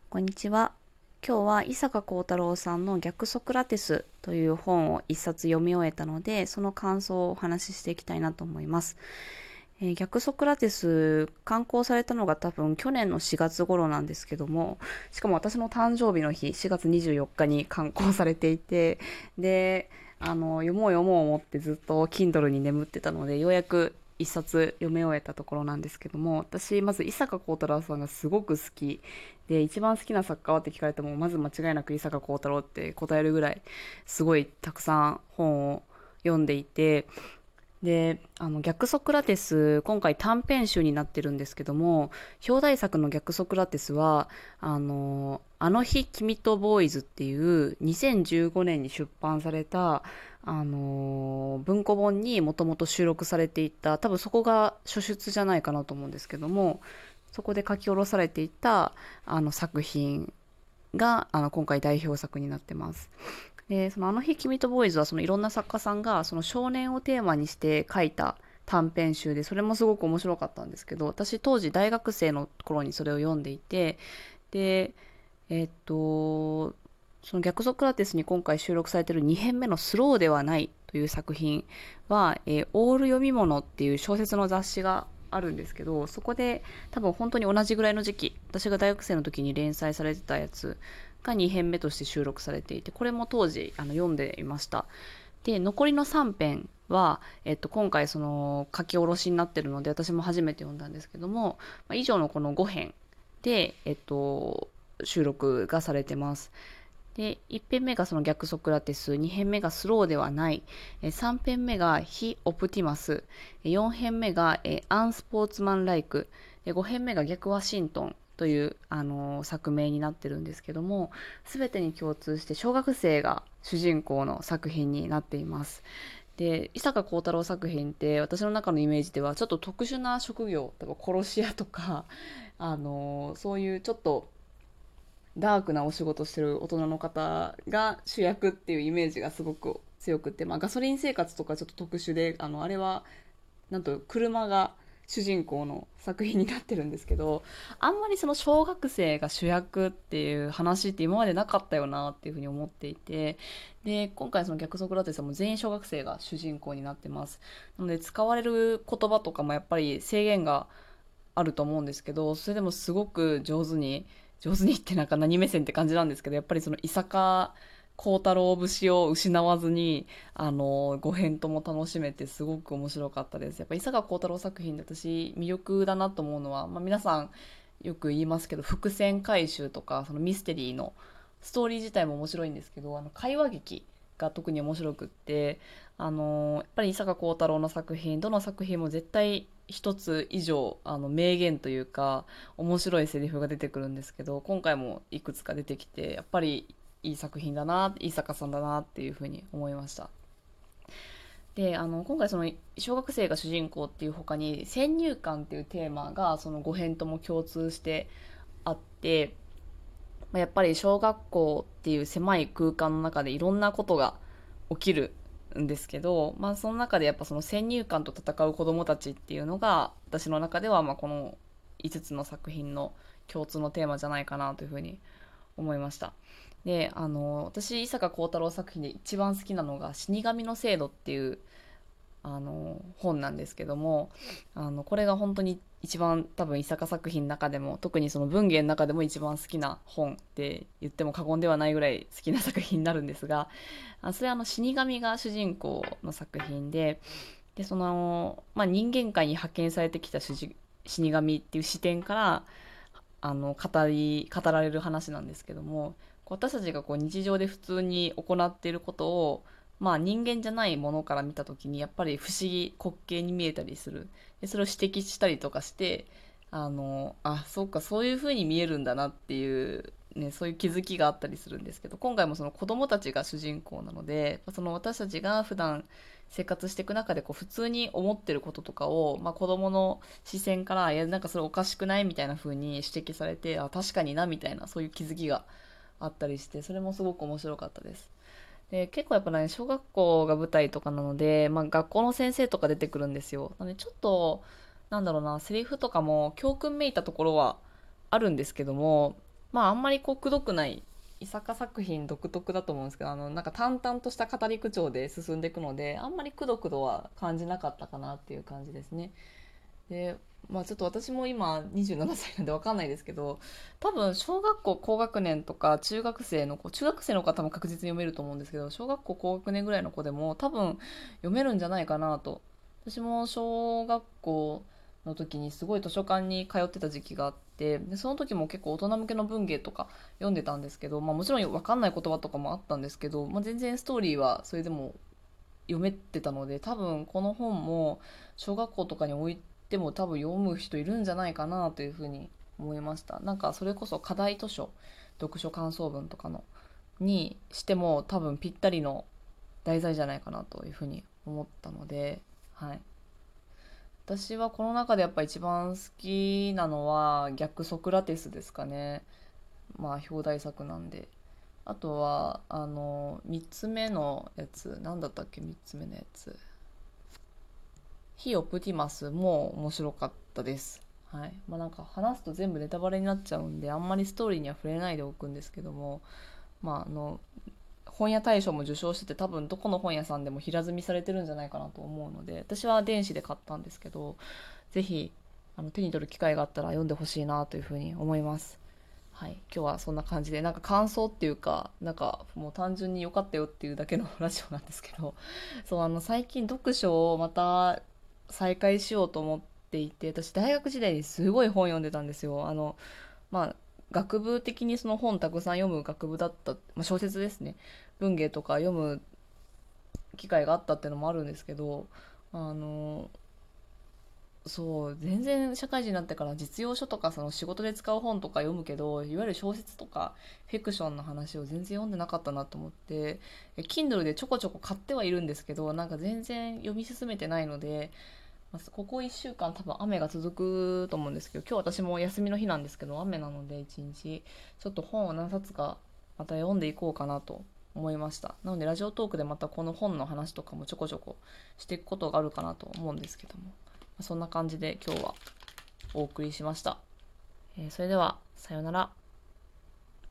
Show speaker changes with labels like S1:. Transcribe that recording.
S1: こんにちは。今日は伊坂幸太郎さんの逆ソクラテスという本を一冊読み終えたので、その感想をお話ししていきたいなと思います。逆ソクラテス刊行されたのが多分去年の4月頃なんですけども、しかも私の誕生日の日4月24日に刊行されていて、で、読もう思ってずっと Kindle に眠ってたので、ようやく一冊読み終えたところなんですけども、私まず伊坂幸太郎さんがすごく好きで、一番好きな作家はって聞かれてもまず間違いなく伊坂幸太郎って答えるぐらいすごいたくさん本を読んでいて、で、逆ソクラテス、今回短編集になってるんですけども、表題作の逆ソクラテスは、あの日君とボーイズっていう2015年に出版された、文庫本にもともと収録されていた、多分そこが初出じゃないかなと思うんですけども、そこで書き下ろされていた、作品が、今回代表作になってます。で、そのあの日君とボーイズはそのいろんな作家さんがその少年をテーマにして書いた短編集で、それもすごく面白かったんですけど、私当時大学生の頃にそれを読んでいて、で、その逆ソクラテスに今回収録されている2編目のスローではないという作品は、オール読み物っていう小説の雑誌があるんですけど、そこで多分本当に同じぐらいの時期、私が大学生の時に連載されてたやつが2編目として収録されていて、これも当時読んでいました。で、残りの3編は、今回その書き下ろしになってるので、私も初めて読んだんですけども、以上のこの5編で、収録がされてます。で、1編目がその逆ソクラテス、2編目がスローではない、3編目が非オプティマス、4編目がアンスポーツマンライク、5編目が逆ワシントンという、作名になってるんですけども、すべてに共通して小学生が主人公の作品になっています。で、伊坂幸太郎作品って私の中のイメージではちょっと特殊な職業、例えば殺し屋とか、そういうちょっとダークなお仕事してる大人の方が主役っていうイメージがすごく強くって、まあ、ガソリン生活とかちょっと特殊で、あれはなんと車が主人公の作品になってるんですけど、あんまりその小学生が主役っていう話って今までなかったよなっていうふうに思っていて、で今回その逆ソクラテスも全員小学生が主人公になってます。なので使われる言葉とかもやっぱり制限があると思うんですけど、それでもすごく上手にってなんか何目線って感じなんですけど、やっぱりその伊坂幸太郎節を失わずに5編とも楽しめてすごく面白かったです。やっぱ伊坂幸太郎作品で私魅力だなと思うのは、まあ、皆さんよく言いますけど伏線回収とかそのミステリーのストーリー自体も面白いんですけど、会話劇が特に面白くって、やっぱり伊坂幸太郎の作品どの作品も絶対一つ以上名言というか面白いセリフが出てくるんですけど、今回もいくつか出てきてやっぱりいい作品だな、いい作家さんだなっていうふうに思いました。で、今回その小学生が主人公っていう他に先入観っていうテーマがその5編とも共通してあって、まあやっぱり小学校っていう狭い空間の中でいろんなことが起きるんですけど、まあ、その中でやっぱその先入観と戦う子どもたちっていうのが私の中ではまあこの5つの作品の共通のテーマじゃないかなというふうに思いました。で、私伊坂幸太郎作品で一番好きなのが「死神の制度」っていう本なんですけども、これが本当に一番多分伊坂作品の中でも特にその文芸の中でも一番好きな本って言っても過言ではないぐらい好きな作品になるんですが、それは死神が主人公の作品で、その、まあ、人間界に派遣されてきた死神っていう視点から語られる話なんですけども、私たちがこう日常で普通に行っていることを、まあ、人間じゃないものから見た時にやっぱり不思議滑稽に見えたりする。でそれを指摘したりとかして、そうかそういう風に見えるんだなっていう、ね、そういう気づきがあったりするんですけど、今回もその子供たちが主人公なので、その私たちが普段生活していく中でこう普通に思ってることとかを、まあ、子供の視線から「いやなんかそれおかしくない？」みたいな風に指摘されて、確かになみたいな、そういう気づきがあったりして、それもすごく面白かったです。で結構やっぱね、小学校が舞台とかなので、まあ、学校の先生とか出てくるんですよ。なのでちょっとなんだろうな、セリフとかも教訓めいたところはあるんですけども、 まああんまりこうくどくない伊坂作品独特だと思うんですけど、なんか淡々とした語り口調で進んでいくので、あんまりくどくどは感じなかったかなっていう感じですね。で、まあちょっと私も今27歳なんでわかんないですけど、多分小学校高学年とか中学生の方も確実に読めると思うんですけど、小学校高学年ぐらいの子でも多分読めるんじゃないかなと。私も小学校の時にすごい図書館に通ってた時期があって、でその時も結構大人向けの文芸とか読んでたんですけど、まあもちろんわかんない言葉とかもあったんですけど、まあ、全然ストーリーはそれでも読めてたので、多分この本も小学校とかに置いても多分読む人いるんじゃないかなというふうに思いました。なんかそれこそ課題図書、読書感想文とかのにしても多分ぴったりの題材じゃないかなというふうに思ったので、はい。私はこの中でやっぱ一番好きなのは逆ソクラテスですかね。まあ表題作なんで。あとは3つ目のやつ、なんだったっけ、3つ目のやつ、非オプティマスも面白かったです。はい。まあなんか話すと全部ネタバレになっちゃうんで、あんまりストーリーには触れないでおくんですけども、まあ本屋大賞も受賞してて、多分どこの本屋さんでも平積みされてるんじゃないかなと思うので、私は電子で買ったんですけど、ぜひ手に取る機会があったら読んでほしいなというふうに思います。はい、今日はそんな感じで、なんか感想っていうか、なんかもう単純に良かったよっていうだけのラジオなんですけど、そう、最近読書をまた再開しようと思っていて、私大学時代にすごい本読んでたんですよ。まあ、学部的にその本たくさん読む学部だった、まあ、小説ですね。文芸とか読む機会があったっていうのもあるんですけど、あの、そう全然社会人になってから実用書とかその仕事で使う本とか読むけど、いわゆる小説とかフィクションの話を全然読んでなかったなと思って、Kindle でちょこちょこ買ってはいるんですけど、なんか全然読み進めてないので、まあここ1週間多分雨が続くと思うんですけど、今日私も休みの日なんですけど、雨なので1日ちょっと本を何冊かまた読んでいこうかなと思いました。なのでラジオトークでまたこの本の話とかもちょこちょこしていくことがあるかなと思うんですけども、そんな感じで今日はお送りしました。それではさようなら。